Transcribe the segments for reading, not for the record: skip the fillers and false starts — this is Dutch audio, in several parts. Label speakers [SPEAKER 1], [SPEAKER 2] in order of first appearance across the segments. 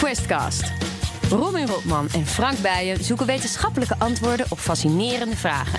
[SPEAKER 1] Questcast. Robin Rotman en Frank Bijen zoeken wetenschappelijke antwoorden op fascinerende vragen.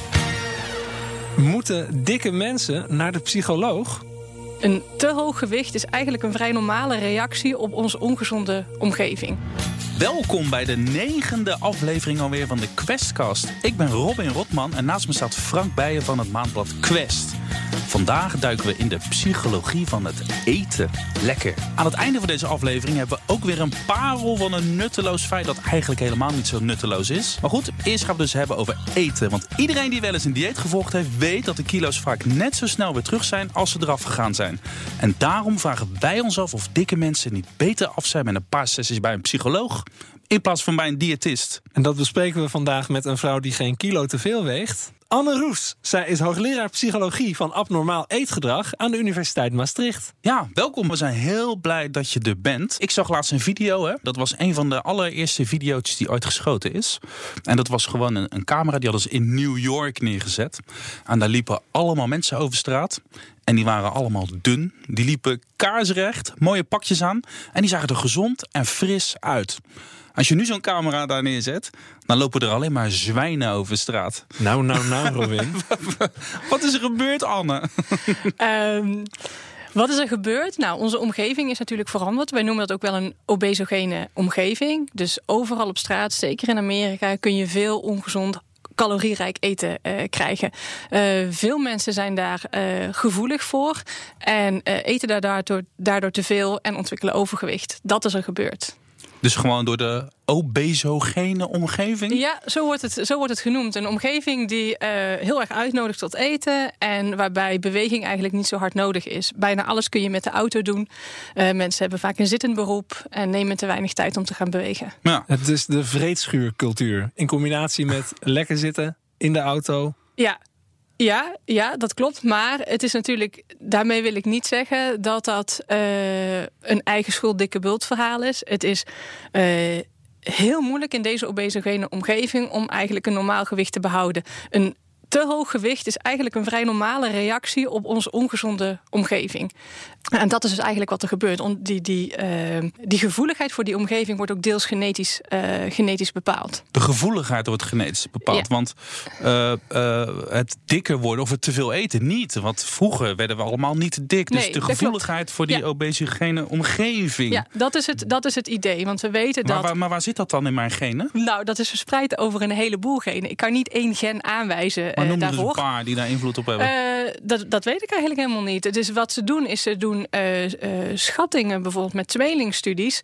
[SPEAKER 2] Moeten dikke mensen naar de psycholoog?
[SPEAKER 3] Een te hoog gewicht is eigenlijk een vrij normale reactie op onze ongezonde omgeving.
[SPEAKER 4] Welkom bij de 9e aflevering alweer van de Questcast. Ik ben Robin Rotman en naast me staat Frank Bijen van het maandblad Quest. Vandaag duiken we in de psychologie van het eten. Lekker. Aan het einde van deze aflevering hebben we ook weer een parel van een nutteloos feit dat eigenlijk helemaal niet zo nutteloos is. Maar goed, eerst gaan we dus hebben over eten. Want iedereen die wel eens een dieet gevolgd heeft, weet dat de kilo's vaak net zo snel weer terug zijn als ze eraf gegaan zijn. En daarom vragen wij ons af of dikke mensen niet beter af zijn met een paar sessies bij een psycholoog in plaats van bij een diëtist.
[SPEAKER 2] En dat bespreken we vandaag met een vrouw die geen kilo te veel weegt. Anne Roes. Zij is hoogleraar psychologie van abnormaal eetgedrag aan de Universiteit Maastricht.
[SPEAKER 4] Ja, welkom. We zijn heel blij dat je er bent. Ik zag laatst een video. Dat was een van de allereerste video's die ooit geschoten is. En dat was gewoon een camera. Die hadden ze in New York neergezet. En daar liepen allemaal mensen over straat. En die waren allemaal dun. Die liepen kaarsrecht, mooie pakjes aan. En die zagen er gezond en fris uit. Als je nu zo'n camera daar neerzet, dan lopen er alleen maar zwijnen over straat.
[SPEAKER 2] Nou, Robin.
[SPEAKER 4] Wat is er gebeurd, Anne?
[SPEAKER 3] Wat is er gebeurd? Nou, onze omgeving is natuurlijk veranderd. Wij noemen dat ook wel een obesogene omgeving. Dus overal op straat, zeker in Amerika, kun je veel ongezond calorierijk eten krijgen. Veel mensen zijn daar gevoelig voor en eten daardoor te veel en ontwikkelen overgewicht. Dat is er gebeurd.
[SPEAKER 4] Dus gewoon door de obesogene omgeving?
[SPEAKER 3] Ja, zo wordt het genoemd. Een omgeving die heel erg uitnodigt tot eten en waarbij beweging eigenlijk niet zo hard nodig is. Bijna alles kun je met de auto doen. Mensen hebben vaak een zittend beroep en nemen te weinig tijd om te gaan bewegen.
[SPEAKER 2] Ja. Het is de vreedschuurcultuur in combinatie met lekker zitten in de auto.
[SPEAKER 3] Ja, dat klopt. Maar het is natuurlijk, daarmee wil ik niet zeggen dat dat een eigen schuld dikke bult verhaal is. Het is heel moeilijk in deze obesogene omgeving om eigenlijk een normaal gewicht te behouden. Een te hoog gewicht is eigenlijk een vrij normale reactie op onze ongezonde omgeving. En dat is dus eigenlijk wat er gebeurt. Die gevoeligheid voor die omgeving wordt ook deels genetisch bepaald.
[SPEAKER 4] De gevoeligheid wordt genetisch bepaald. Ja. Want het dikker worden of het te veel eten niet. Want vroeger werden we allemaal niet te dik. Dus de gevoeligheid voor die obesogene omgeving.
[SPEAKER 3] Ja, dat is het idee. Want we weten dat.
[SPEAKER 4] Maar waar zit dat dan in mijn genen?
[SPEAKER 3] Nou, dat is verspreid over een heleboel genen. Ik kan niet één gen aanwijzen.
[SPEAKER 4] Maar noem er dus een paar die daar invloed op hebben.
[SPEAKER 3] Dat weet ik eigenlijk helemaal niet. Dus wat ze doen is ze doen schattingen, bijvoorbeeld met tweelingstudies.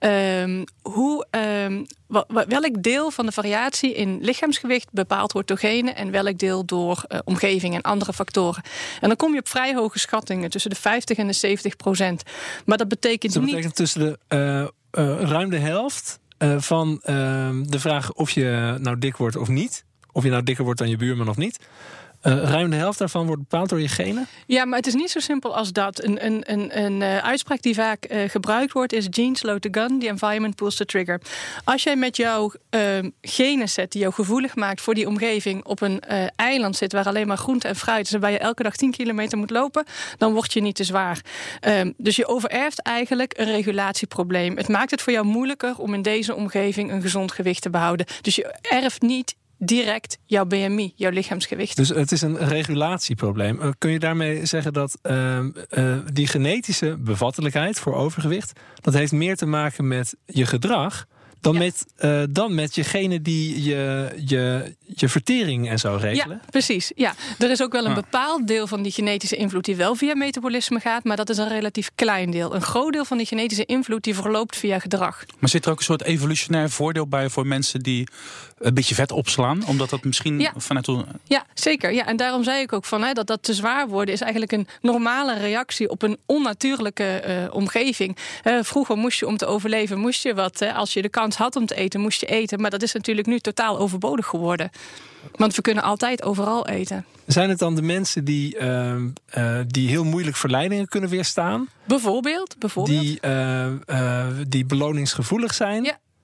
[SPEAKER 3] Welk deel van de variatie in lichaamsgewicht bepaald wordt door genen en welk deel door omgeving en andere factoren. En dan kom je op vrij hoge schattingen, tussen de 50 en de 70%. Maar dat betekent niet. Dat betekent
[SPEAKER 2] tussen de ruim de helft van de vraag of je nou dik wordt of niet. Of je nou dikker wordt dan je buurman of niet. Ruim de helft daarvan wordt bepaald door je genen?
[SPEAKER 3] Ja, maar het is niet zo simpel als dat. Een uitspraak die vaak gebruikt wordt is genes load the gun, the environment pulls the trigger. Als jij met jouw genen set die jou gevoelig maakt voor die omgeving op een eiland zit waar alleen maar groente en fruit is en waar je elke dag 10 kilometer moet lopen, dan word je niet te zwaar. Dus je overerft eigenlijk een regulatieprobleem. Het maakt het voor jou moeilijker om in deze omgeving een gezond gewicht te behouden. Dus je erft niet direct jouw BMI, jouw lichaamsgewicht.
[SPEAKER 2] Dus het is een regulatieprobleem. Kun je daarmee zeggen dat die genetische bevattelijkheid voor overgewicht, dat heeft meer te maken met je gedrag dan met jegenen die je vertering en zo regelen?
[SPEAKER 3] Ja, precies. Ja. Er is ook wel een bepaald deel van die genetische invloed die wel via metabolisme gaat, maar dat is een relatief klein deel. Een groot deel van die genetische invloed die verloopt via gedrag.
[SPEAKER 4] Maar zit er ook een soort evolutionair voordeel bij voor mensen die een beetje vet opslaan? Omdat dat misschien vanuit...
[SPEAKER 3] Ja, zeker. Ja, en daarom zei ik ook van dat te zwaar worden is eigenlijk een normale reactie op een onnatuurlijke omgeving. Vroeger moest je om te overleven, moest je wat. Als je de kans had om te eten, moest je eten. Maar dat is natuurlijk nu totaal overbodig geworden. Want we kunnen altijd overal eten.
[SPEAKER 2] Zijn het dan de mensen die heel moeilijk verleidingen kunnen weerstaan?
[SPEAKER 3] Bijvoorbeeld.
[SPEAKER 2] Die beloningsgevoelig zijn?
[SPEAKER 3] Ja,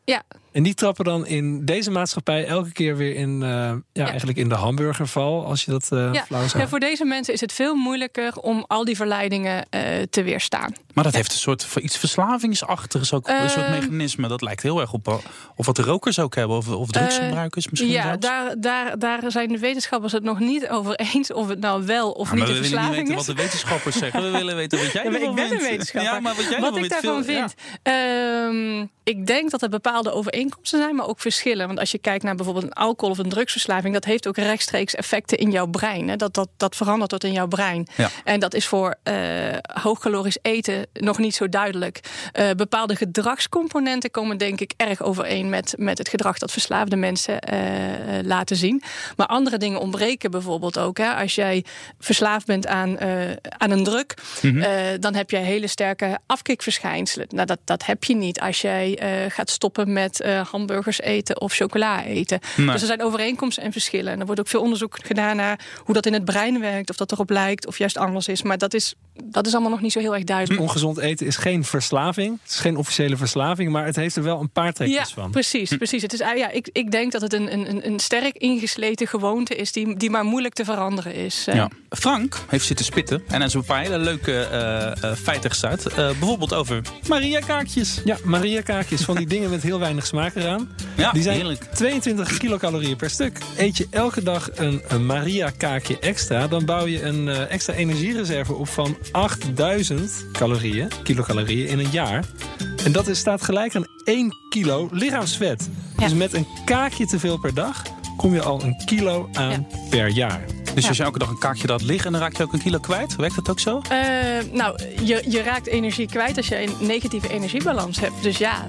[SPEAKER 2] En die trappen dan in deze maatschappij elke keer weer in, eigenlijk in de hamburgerval, als je dat flauw zou.
[SPEAKER 3] Ja, voor deze mensen is het veel moeilijker om al die verleidingen te weerstaan.
[SPEAKER 4] Maar dat heeft een soort van iets verslavingsachtigs ook, een soort mechanisme. Dat lijkt heel erg op wat de rokers ook hebben, of drugsgebruikers misschien zelfs.
[SPEAKER 3] Daar zijn de wetenschappers het nog niet over eens of het nou wel of niet een verslaving is.
[SPEAKER 4] We willen niet weten wat de wetenschappers zeggen. We willen weten wat jij ervan vindt.
[SPEAKER 3] Ik ben een wetenschapper.
[SPEAKER 4] Ja, maar
[SPEAKER 3] wat ik daarvan vind. Ja. Ik denk dat er bepaalde overeenkomsten zijn, maar ook verschillen. Want als je kijkt naar bijvoorbeeld een alcohol- of een drugsverslaving, dat heeft ook rechtstreeks effecten in jouw brein. Hè. Dat verandert tot in jouw brein. Ja. En dat is voor hoogcalorisch eten nog niet zo duidelijk. Bepaalde gedragscomponenten komen denk ik erg overeen met het gedrag dat verslaafde mensen laten zien. Maar andere dingen ontbreken bijvoorbeeld ook. Hè. Als jij verslaafd bent aan een drug, dan heb je hele sterke afkikverschijnselen. Nou, dat heb je niet als jij gaat stoppen met hamburgers eten of chocola eten. Nee. Dus er zijn overeenkomsten en verschillen. En er wordt ook veel onderzoek gedaan naar hoe dat in het brein werkt, of dat erop lijkt of juist anders is. Maar dat is allemaal nog niet zo heel erg duidelijk.
[SPEAKER 2] Ongezond eten is geen verslaving. Het is geen officiële verslaving, maar het heeft er wel een paar trekjes van.
[SPEAKER 3] Precies. Het is, ik denk dat het een sterk ingesleten gewoonte is die maar moeilijk te veranderen is.
[SPEAKER 4] Ja. Frank heeft zitten spitten en er zijn een paar hele leuke feiten gestart. Bijvoorbeeld over Maria-kaakjes.
[SPEAKER 2] Ja, Maria-kaakjes, van die dingen met heel weinig smaak eraan.
[SPEAKER 4] Ja,
[SPEAKER 2] die zijn
[SPEAKER 4] heerlijk.
[SPEAKER 2] 22 kilocalorieën per stuk. Eet je elke dag een Maria-kaakje extra, dan bouw je een extra energiereserve op van 8000 kilocalorieën in een jaar. En dat staat gelijk aan 1 kilo lichaamsvet. Ja. Dus met een kaakje te veel per dag kom je al 1 kilo aan per jaar.
[SPEAKER 4] Dus als je elke dag een kaakje laat liggen, dan raak je ook 1 kilo kwijt? Werkt dat ook zo?
[SPEAKER 3] Je raakt energie kwijt als je een negatieve energiebalans hebt. Dus ja,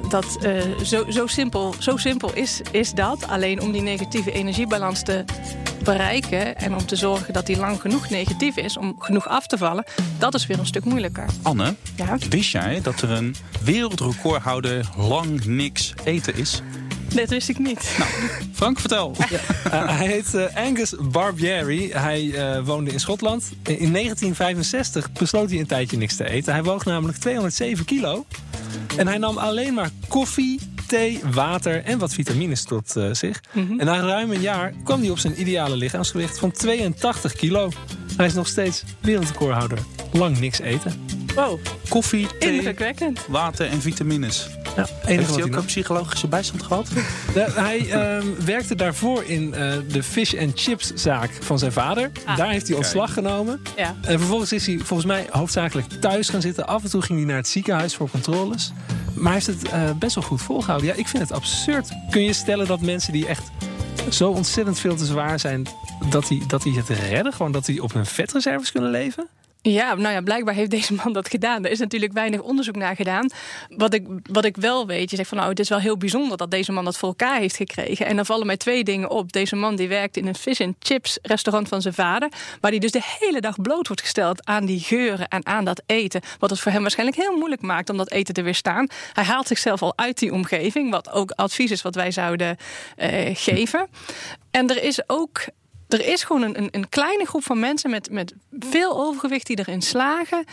[SPEAKER 3] zo simpel is dat. Alleen om die negatieve energiebalans te bereiken en om te zorgen dat die lang genoeg negatief is om genoeg af te vallen, dat is weer een stuk moeilijker.
[SPEAKER 4] Anne, wist jij dat er een wereldrecordhouder lang niks eten is?
[SPEAKER 3] Dat wist ik niet.
[SPEAKER 4] Nou, Frank, vertel.
[SPEAKER 2] Hij heet Angus Barbieri. Hij woonde in Schotland. In 1965 besloot hij een tijdje niks te eten. Hij woog namelijk 207 kilo. En hij nam alleen maar koffie, thee, water en wat vitamines tot zich. Mm-hmm. En na ruim een jaar kwam hij op zijn ideale lichaamsgewicht van 82 kilo. Hij is nog steeds wereldrecordhouder. Lang niks eten.
[SPEAKER 3] Wow.
[SPEAKER 4] Koffie, thee,
[SPEAKER 3] indrukwekkend,
[SPEAKER 4] water en vitamines.
[SPEAKER 2] Ja,
[SPEAKER 4] heeft hij ook een psychologische bijstand gehad?
[SPEAKER 2] Hij werkte daarvoor in de fish and chips zaak van zijn vader. Daar heeft hij ontslag genomen. Ja. En vervolgens is hij volgens mij hoofdzakelijk thuis gaan zitten. Af en toe ging hij naar het ziekenhuis voor controles. Maar hij heeft het best wel goed volgehouden. Ja, ik vind het absurd. Kun je stellen dat mensen die echt zo ontzettend veel te zwaar zijn, dat die het redden? Gewoon dat die op hun vetreserves kunnen leven?
[SPEAKER 3] Ja, blijkbaar heeft deze man dat gedaan. Er is natuurlijk weinig onderzoek naar gedaan. Wat ik wel weet, je zegt van het is wel heel bijzonder dat deze man dat voor elkaar heeft gekregen. En dan vallen mij 2 dingen op. Deze man die werkt in een fish and chips restaurant van zijn vader, waar hij dus de hele dag bloot wordt gesteld aan die geuren en aan dat eten. Wat het voor hem waarschijnlijk heel moeilijk maakt om dat eten te weerstaan. Hij haalt zichzelf al uit die omgeving, wat ook advies is wat wij zouden geven. En er is gewoon een kleine groep van mensen met veel overgewicht die erin slagen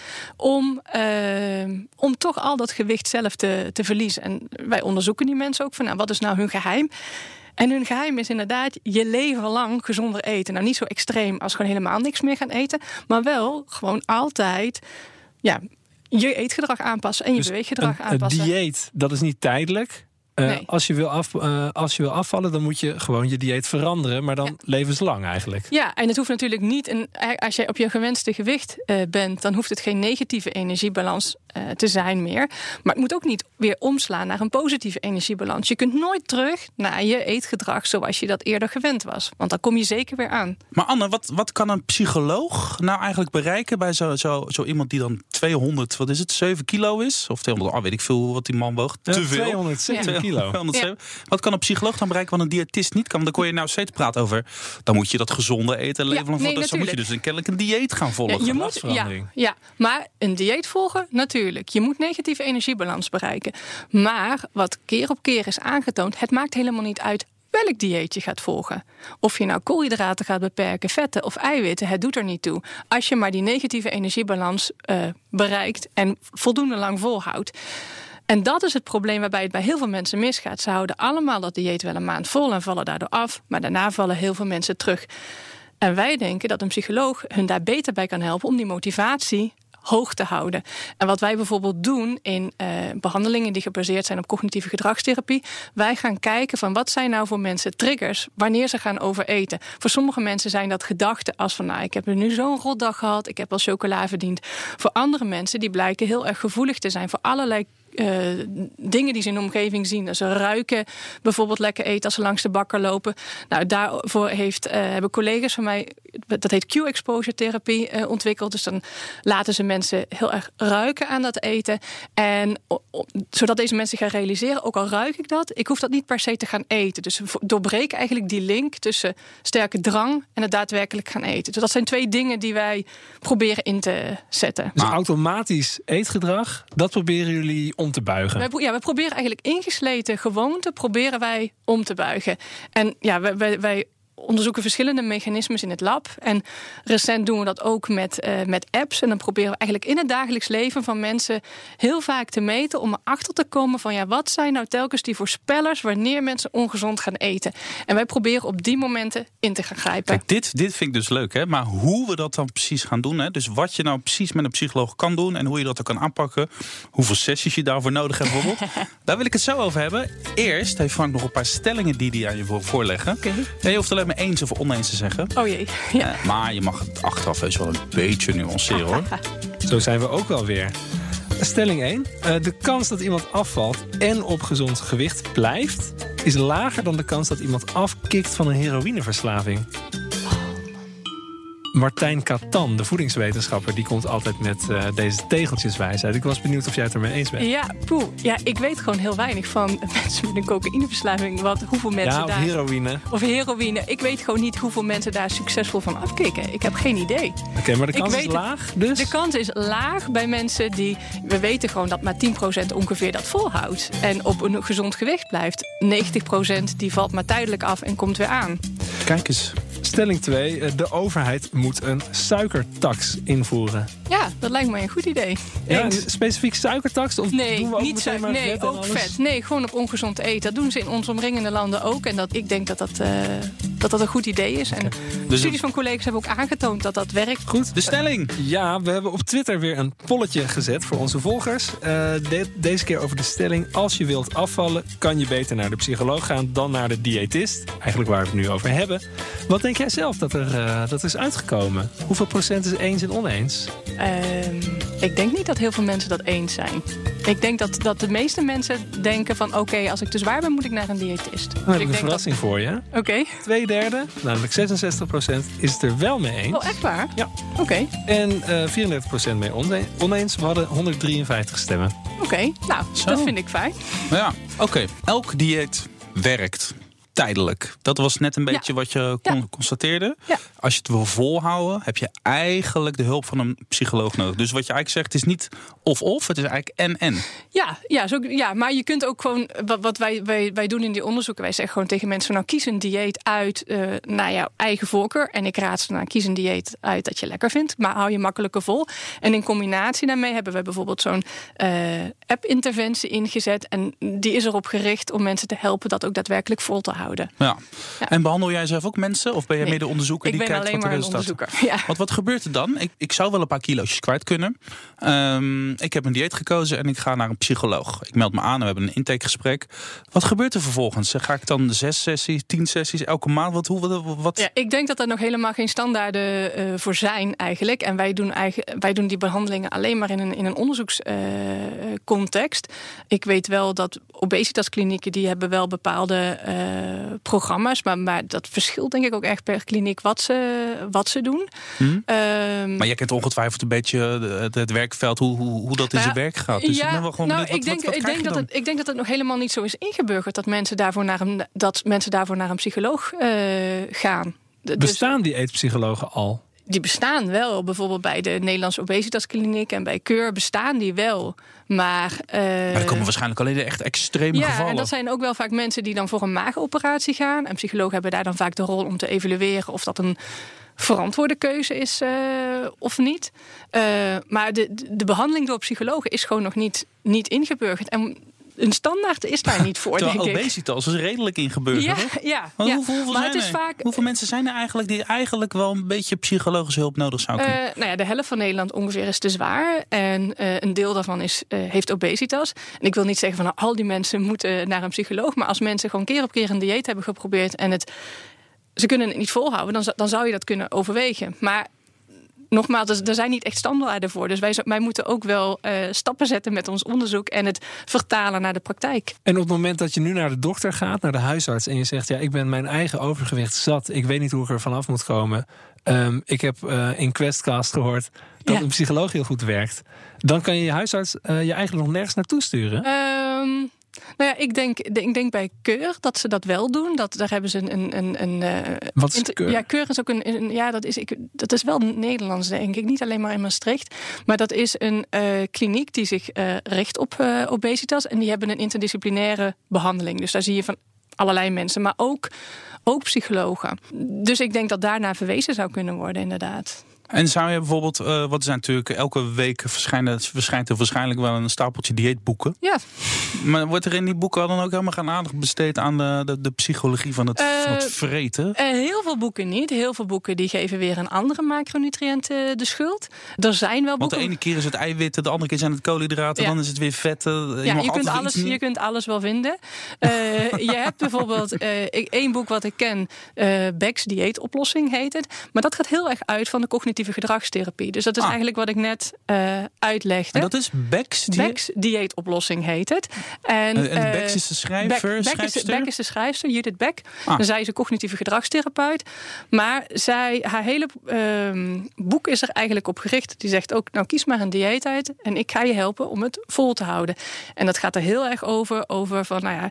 [SPEAKER 3] om toch al dat gewicht zelf te verliezen. En wij onderzoeken die mensen ook van wat is nou hun geheim? En hun geheim is inderdaad je leven lang gezonder eten. Nou, niet zo extreem als gewoon helemaal niks meer gaan eten, maar wel gewoon altijd je eetgedrag aanpassen en je beweeggedrag aanpassen.
[SPEAKER 2] Het dieet, dat is niet tijdelijk. Nee. Als je wil afvallen, dan moet je gewoon je dieet veranderen. Maar dan levenslang eigenlijk.
[SPEAKER 3] Ja, en het hoeft natuurlijk niet. Als jij op je gewenste gewicht bent, dan hoeft het geen negatieve energiebalans te zijn meer. Maar het moet ook niet weer omslaan naar een positieve energiebalans. Je kunt nooit terug naar je eetgedrag zoals je dat eerder gewend was. Want dan kom je zeker weer aan.
[SPEAKER 4] Maar Anne, wat kan een psycholoog nou eigenlijk bereiken bij zo iemand die dan 7 kilo is? Of 200, weet ik veel wat die man woog. Te veel.
[SPEAKER 2] 207 kilo.
[SPEAKER 4] Ja. Wat kan een psycholoog dan bereiken wat een diëtist niet kan? Dan kon je nou steeds praten over, dan moet je dat gezonde eten leven. Dus dan moet je dus kennelijk een dieet gaan volgen.
[SPEAKER 3] Maar een dieet volgen, natuurlijk. Je moet negatieve energiebalans bereiken. Maar wat keer op keer is aangetoond, het maakt helemaal niet uit welk dieet je gaat volgen. Of je nou koolhydraten gaat beperken, vetten of eiwitten, het doet er niet toe. Als je maar die negatieve energiebalans bereikt en voldoende lang volhoudt. En dat is het probleem waarbij het bij heel veel mensen misgaat. Ze houden allemaal dat dieet wel een maand vol en vallen daardoor af. Maar daarna vallen heel veel mensen terug. En wij denken dat een psycholoog hun daar beter bij kan helpen om die motivatie hoog te houden. En wat wij bijvoorbeeld doen in behandelingen die gebaseerd zijn op cognitieve gedragstherapie, wij gaan kijken van wat zijn nou voor mensen triggers wanneer ze gaan overeten. Voor sommige mensen zijn dat gedachten als van ik heb er nu zo'n rotdag gehad, ik heb al chocola verdiend. Voor andere mensen die blijken heel erg gevoelig te zijn voor allerlei dingen die ze in de omgeving zien. Dus ze ruiken bijvoorbeeld lekker eten als ze langs de bakker lopen. Nou, daarvoor hebben collega's van mij, dat heet Q-exposure therapie, ontwikkeld. Dus dan laten ze mensen heel erg ruiken aan dat eten. En zodat deze mensen gaan realiseren, ook al ruik ik dat, ik hoef dat niet per se te gaan eten. Dus we doorbreken eigenlijk die link tussen sterke drang en het daadwerkelijk gaan eten. Dus dat zijn 2 dingen die wij proberen in te zetten.
[SPEAKER 2] Dus automatisch eetgedrag, dat proberen jullie om te buigen?
[SPEAKER 3] We proberen eigenlijk ingesleten gewoonten proberen wij om te buigen. En ja, wij onderzoeken verschillende mechanismes in het lab. En recent doen we dat ook met apps. En dan proberen we eigenlijk in het dagelijks leven van mensen heel vaak te meten om erachter te komen van wat zijn nou telkens die voorspellers wanneer mensen ongezond gaan eten. En wij proberen op die momenten in te gaan grijpen.
[SPEAKER 4] Kijk, dit vind ik dus leuk, hè? Maar hoe we dat dan precies gaan doen, hè? Dus wat je nou precies met een psycholoog kan doen en hoe je dat ook kan aanpakken, hoeveel sessies je daarvoor nodig hebt bijvoorbeeld. Daar wil ik het zo over hebben. Eerst heeft Frank nog een paar stellingen die hij aan je wil voorleggen.
[SPEAKER 3] Okay.
[SPEAKER 4] Ja, je hoeft alleen maar eens of oneens te zeggen.
[SPEAKER 3] Oh jee. Ja.
[SPEAKER 4] Maar je mag het achteraf eens wel een beetje nuanceren, hoor.
[SPEAKER 2] Zo zijn we ook wel weer. Stelling 1. De kans dat iemand afvalt en op gezond gewicht blijft is lager dan de kans dat iemand afkikt van een heroïneverslaving. Martijn Katan, de voedingswetenschapper, die komt altijd met deze tegeltjeswijsheid. Ik was benieuwd of jij het ermee eens bent.
[SPEAKER 3] Ja, ik weet gewoon heel weinig van mensen met een cocaïneverslaving. Hoeveel mensen
[SPEAKER 2] of heroïne.
[SPEAKER 3] Of heroïne. Ik weet gewoon niet hoeveel mensen daar succesvol van afkicken. Ik heb geen idee.
[SPEAKER 2] Oké, maar de kans is laag dus?
[SPEAKER 3] De kans is laag bij mensen die... We weten gewoon dat maar 10% ongeveer dat volhoudt. En op een gezond gewicht blijft. 90% die valt maar tijdelijk af en komt weer aan.
[SPEAKER 4] Kijk eens.
[SPEAKER 2] Stelling 2. De overheid moet een suikertax invoeren.
[SPEAKER 3] Ja, dat lijkt mij een goed idee.
[SPEAKER 2] Ja, een specifiek suikertax? Of
[SPEAKER 3] nee,
[SPEAKER 2] doen we ook
[SPEAKER 3] niet suiker. Nee, ook vet. Nee, gewoon op ongezond eten. Dat doen ze in onze omringende landen ook. En ik denk dat een goed idee is. En
[SPEAKER 4] dus
[SPEAKER 3] studies van collega's hebben ook aangetoond dat dat werkt.
[SPEAKER 4] Goed, de stelling.
[SPEAKER 2] Ja, we hebben op Twitter weer een polletje gezet voor onze volgers. Deze keer over de stelling. Als je wilt afvallen, kan je beter naar de psycholoog gaan dan naar de diëtist. Eigenlijk waar we het nu over hebben. Wat denk jij zelf dat is uitgekomen? Hoeveel procent is eens en oneens?
[SPEAKER 3] Ik denk niet dat heel veel mensen dat eens zijn. Ik denk dat de meeste mensen denken van oké, als ik te zwaar ben, moet ik naar een diëtist.
[SPEAKER 2] Dan heb ik een verrassing voor je.
[SPEAKER 3] Oké.
[SPEAKER 2] 2/3, namelijk 66%, is het er wel mee eens.
[SPEAKER 3] Oh, echt waar?
[SPEAKER 2] Ja.
[SPEAKER 3] Oké.
[SPEAKER 2] En 34% mee oneens. We hadden 153 stemmen.
[SPEAKER 3] Oké, nou, dat vind ik fijn.
[SPEAKER 4] Ja, oké. Elk dieet werkt. Tijdelijk. Dat was net een beetje wat je constateerde. Ja. Als je het wil volhouden, heb je eigenlijk de hulp van een psycholoog nodig. Dus wat je eigenlijk zegt, is niet of, het is eigenlijk en.
[SPEAKER 3] Ja, maar je kunt ook gewoon, wat wij doen in die onderzoeken, wij zeggen gewoon tegen mensen, nou kies een dieet uit naar jouw eigen voorkeur. En ik raad ze kies een dieet uit dat je lekker vindt, maar hou je makkelijker vol. En in combinatie daarmee hebben we bijvoorbeeld zo'n app-interventie ingezet. En die is erop gericht om mensen te helpen dat ook daadwerkelijk vol te houden. Ja.
[SPEAKER 4] En behandel jij zelf ook mensen? Of ben jij meer de onderzoeker die kijkt wat de resultaten?
[SPEAKER 3] Ik ben alleen maar een onderzoeker. Ja.
[SPEAKER 4] Wat gebeurt er dan? Ik zou wel een paar kilo's kwijt kunnen. Ik heb een dieet gekozen en ik ga naar een psycholoog. Ik meld me aan en we hebben een intakegesprek. Wat gebeurt er vervolgens? Ga ik dan 6 sessies, 10 sessies elke maand? Wat?
[SPEAKER 3] Ja, ik denk dat er nog helemaal geen standaarden voor zijn eigenlijk. En wij doen die behandelingen alleen maar in een onderzoekscontext. Ik weet wel dat obesitasklinieken die hebben wel bepaalde programma's, maar dat verschilt denk ik ook echt per kliniek wat ze doen.
[SPEAKER 4] Maar jij kent ongetwijfeld een beetje het werkveld, hoe dat in zijn werk gaat. Dus ik ben wel gewoon benieuwd,
[SPEAKER 3] ik denk dat het nog helemaal niet zo is ingeburgerd dat mensen daarvoor naar een psycholoog gaan.
[SPEAKER 2] Bestaan die eetpsychologen al?
[SPEAKER 3] Die bestaan wel. Bijvoorbeeld bij de Nederlandse Obesitaskliniek en bij Keur bestaan die wel. Maar
[SPEAKER 4] er komen waarschijnlijk alleen de echt extreme gevallen.
[SPEAKER 3] Ja, en dat zijn ook wel vaak mensen die dan voor een maagoperatie gaan. En psychologen hebben daar dan vaak de rol om te evalueren of dat een verantwoorde keuze is of niet. Maar de behandeling door psychologen is gewoon nog niet ingeburgerd. En een standaard is daar niet voor,
[SPEAKER 4] terwijl
[SPEAKER 3] denk ik.
[SPEAKER 4] obesitas is redelijk ingeburgerd.
[SPEAKER 3] Ja.
[SPEAKER 4] Hoeveel mensen zijn er eigenlijk die eigenlijk wel een beetje psychologische hulp nodig zouden kunnen?
[SPEAKER 3] De helft van Nederland ongeveer is te zwaar. En een deel daarvan heeft obesitas. En ik wil niet zeggen van al die mensen moeten naar een psycholoog. Maar als mensen gewoon keer op keer een dieet hebben geprobeerd en ze kunnen het niet volhouden, dan zou je dat kunnen overwegen. Maar nogmaals, er zijn niet echt standaarden voor. Dus wij moeten ook wel stappen zetten met ons onderzoek en het vertalen naar de praktijk.
[SPEAKER 2] En op het moment dat je nu naar de dokter gaat, naar de huisarts, en je zegt, ik ben mijn eigen overgewicht zat. Ik weet niet hoe ik er vanaf moet komen. Ik heb in Questcast gehoord dat een psycholoog heel goed werkt. Dan kan je huisarts je eigenlijk nog nergens naartoe sturen.
[SPEAKER 3] Ik denk bij Keur dat ze dat wel doen. Daar hebben ze een
[SPEAKER 2] Wat is Keur?
[SPEAKER 3] Ja, Keur is ook dat is wel Nederlands, denk ik. Niet alleen maar in Maastricht. Maar dat is een kliniek die zich richt op obesitas. En die hebben een interdisciplinaire behandeling. Dus daar zie je van allerlei mensen. Maar ook psychologen. Dus ik denk dat daarna verwezen zou kunnen worden, inderdaad.
[SPEAKER 4] En zou je bijvoorbeeld, wat zijn natuurlijk elke week verschijnt er waarschijnlijk wel een stapeltje dieetboeken.
[SPEAKER 3] Ja.
[SPEAKER 4] Maar wordt er in die boeken dan ook helemaal geen aandacht besteed aan de psychologie van het vreten?
[SPEAKER 3] Heel veel boeken niet. Heel veel boeken die geven weer een andere macronutriënten de schuld. Er zijn wel boeken.
[SPEAKER 4] Want de ene keer is het eiwitten, de andere keer zijn het koolhydraten, dan is het weer vetten.
[SPEAKER 3] Je kunt alles wel vinden. Je hebt bijvoorbeeld één boek wat ik ken, Beck's dieetoplossing heet het. Maar dat gaat heel erg uit van de cognitieve gedragstherapie. Dus dat is eigenlijk wat ik net uitlegde.
[SPEAKER 4] En dat is Beck's
[SPEAKER 3] dieetoplossing heet het. En
[SPEAKER 4] Beck is de schrijfster?
[SPEAKER 3] Beck is de schrijfster, Judith Beck. Zij is een cognitieve gedragstherapeut. Maar haar hele boek is er eigenlijk op gericht. Die zegt ook, kies maar een dieet uit en ik ga je helpen om het vol te houden. En dat gaat er heel erg over van,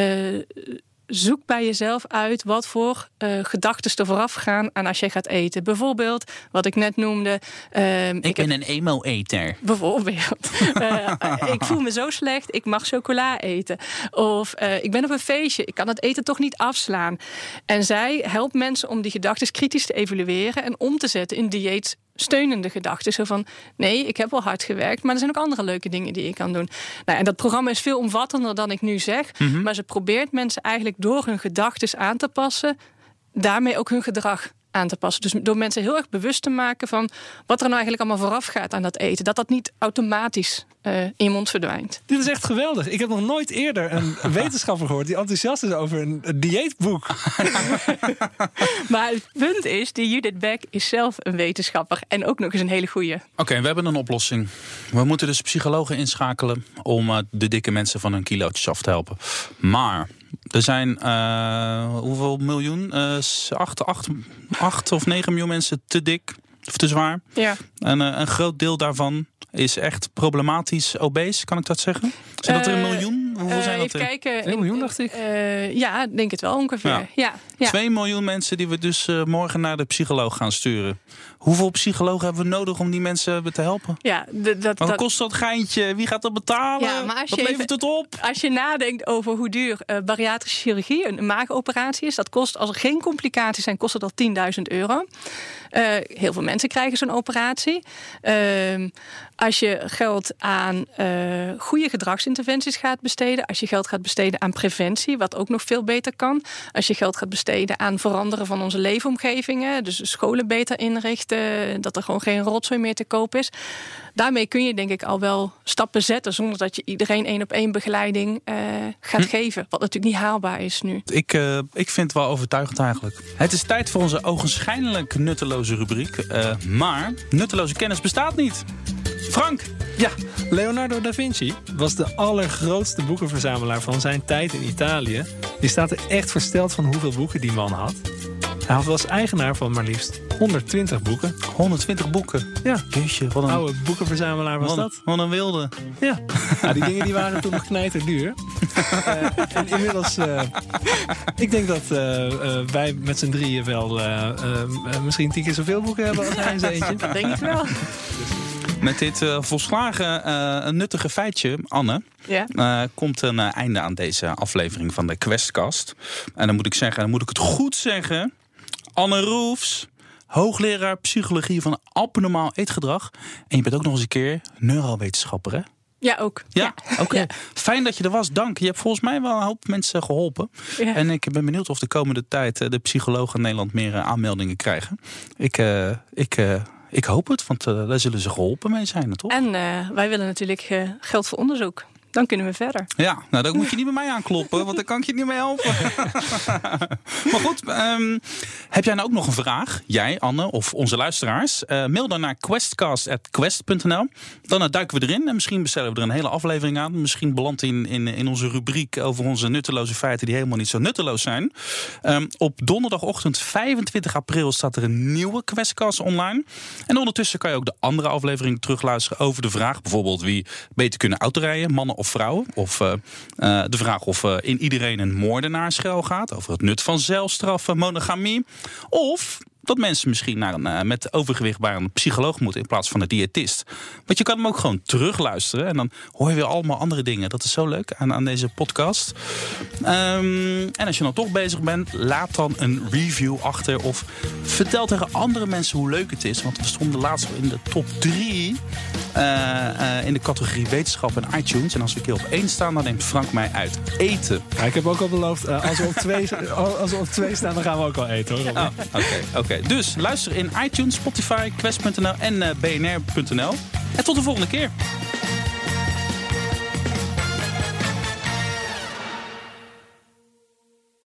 [SPEAKER 3] zoek bij jezelf uit wat voor gedachten er vooraf gaan aan als je gaat eten. Bijvoorbeeld, wat ik net noemde.
[SPEAKER 4] Ik ben een emo-eter.
[SPEAKER 3] Bijvoorbeeld. Ik voel me zo slecht, ik mag chocola eten. Of ik ben op een feestje, ik kan het eten toch niet afslaan. En zij helpt mensen om die gedachten kritisch te evalueren en om te zetten in dieetsteunende gedachten. Zo van, nee, ik heb wel hard gewerkt, maar er zijn ook andere leuke dingen die ik kan doen. En dat programma is veel omvattender dan ik nu zeg. Mm-hmm. Maar ze probeert mensen eigenlijk door hun gedachten aan te passen, daarmee ook hun gedrag aan te passen. Dus door mensen heel erg bewust te maken van wat er nou eigenlijk allemaal vooraf gaat aan dat eten. Dat niet automatisch in je mond verdwijnt.
[SPEAKER 2] Dit is echt geweldig. Ik heb nog nooit eerder een wetenschapper gehoord die enthousiast is over een dieetboek.
[SPEAKER 3] Maar het punt is, die Judith Beck is zelf een wetenschapper en ook nog eens een hele goeie.
[SPEAKER 4] Oké, we hebben een oplossing. We moeten dus psychologen inschakelen om de dikke mensen van hun kilootjes af te helpen. Maar er zijn hoeveel miljoen? 8 of 9 miljoen mensen te dik of te zwaar.
[SPEAKER 3] Ja.
[SPEAKER 4] En een groot deel daarvan is echt problematisch obese, kan ik dat zeggen? Zijn dat er 1 miljoen? Hoeveel zijn dat er?
[SPEAKER 3] Even kijken.
[SPEAKER 2] 1 miljoen, dacht ik.
[SPEAKER 3] Ja, denk het wel ongeveer. Ja.
[SPEAKER 4] 2 miljoen mensen die we dus morgen naar de psycholoog gaan sturen. Hoeveel psychologen hebben we nodig om die mensen te helpen?
[SPEAKER 3] Ja,
[SPEAKER 4] wat kost dat geintje? Wie gaat dat betalen?
[SPEAKER 3] Ja, maar
[SPEAKER 4] wat levert het op?
[SPEAKER 3] Als je nadenkt over hoe duur bariatrische chirurgie, een maagoperatie is, dat kost, als er geen complicaties zijn, kost het al €10.000. Heel veel mensen krijgen zo'n operatie. Als je geld aan goede gedragsinterventies gaat besteden, als je geld gaat besteden aan preventie, wat ook nog veel beter kan, als je geld gaat besteden aan veranderen van onze leefomgevingen, dus de scholen beter inrichten, dat er gewoon geen rotzooi meer te koop is. Daarmee kun je denk ik al wel stappen zetten zonder dat je iedereen 1-op-1 begeleiding gaat geven. Wat natuurlijk niet haalbaar is nu.
[SPEAKER 4] Ik vind het wel overtuigend eigenlijk. Het is tijd voor onze ogenschijnlijk nutteloze rubriek. Maar nutteloze kennis bestaat niet. Frank!
[SPEAKER 2] Ja, Leonardo da Vinci was de allergrootste boekenverzamelaar van zijn tijd in Italië. Die staat er echt versteld van hoeveel boeken die man had. Hij was eigenaar van maar liefst 120 boeken.
[SPEAKER 4] 120 boeken?
[SPEAKER 2] Ja.
[SPEAKER 4] Jeetje,
[SPEAKER 2] wat een oude boekenverzamelaar was dat.
[SPEAKER 4] Wat een wilde.
[SPEAKER 2] Ja. Die dingen die waren toen nog knijterduur. En inmiddels, ik denk dat wij met z'n drieën wel misschien 10 keer zoveel boeken hebben als hij in zijn eentje.
[SPEAKER 3] Dat denk ik wel.
[SPEAKER 4] Met dit volslagen nuttige feitje, Anne, komt een einde aan deze aflevering van de Questcast. En dan moet ik het goed zeggen, Anne Roefs, hoogleraar psychologie van abnormaal eetgedrag. En je bent ook nog eens een keer neurowetenschapper, hè?
[SPEAKER 3] Ja, ook.
[SPEAKER 4] Ja, oké. Ja. Fijn dat je er was, dank. Je hebt volgens mij wel een hoop mensen geholpen. Ja. En ik ben benieuwd of de komende tijd de psychologen in Nederland meer aanmeldingen krijgen. Ik hoop het, want daar zullen ze geholpen mee zijn, toch?
[SPEAKER 3] En wij willen natuurlijk geld voor onderzoek. Dan kunnen we verder.
[SPEAKER 4] Ja, nou dan moet je niet bij mij aankloppen, want dan kan ik je niet mee helpen. Maar goed, heb jij nou ook nog een vraag? Jij, Anne, of onze luisteraars? Mail dan naar questcast@quest.nl. Dan duiken we erin en misschien bestellen we er een hele aflevering aan. Misschien belandt in onze rubriek over onze nutteloze feiten die helemaal niet zo nutteloos zijn. Op donderdagochtend 25 april staat er een nieuwe Questcast online. En ondertussen kan je ook de andere afleveringen terugluisteren over de vraag bijvoorbeeld wie beter kunnen autorijden, mannen of vrouwen. Of de vraag of in iedereen een moordenaar schuil gaat. Over het nut van zelfstraf, monogamie. Of dat mensen misschien naar met overgewicht bij een psycholoog moeten in plaats van een diëtist. Want je kan hem ook gewoon terugluisteren. En dan hoor je weer allemaal andere dingen. Dat is zo leuk aan deze podcast. En als je dan toch bezig bent, laat dan een review achter. Of vertel tegen andere mensen hoe leuk het is. Want we stonden laatst in de top 3 in de categorie wetenschap en iTunes. En als we een keer op 1 staan, dan neemt Frank mij uit eten.
[SPEAKER 2] Ja, ik heb ook al beloofd, als we op 2 staan, dan gaan we ook wel eten, hoor.
[SPEAKER 4] Oké. Dus luister in iTunes, Spotify, Quest.nl en bnr.nl. En tot de volgende keer.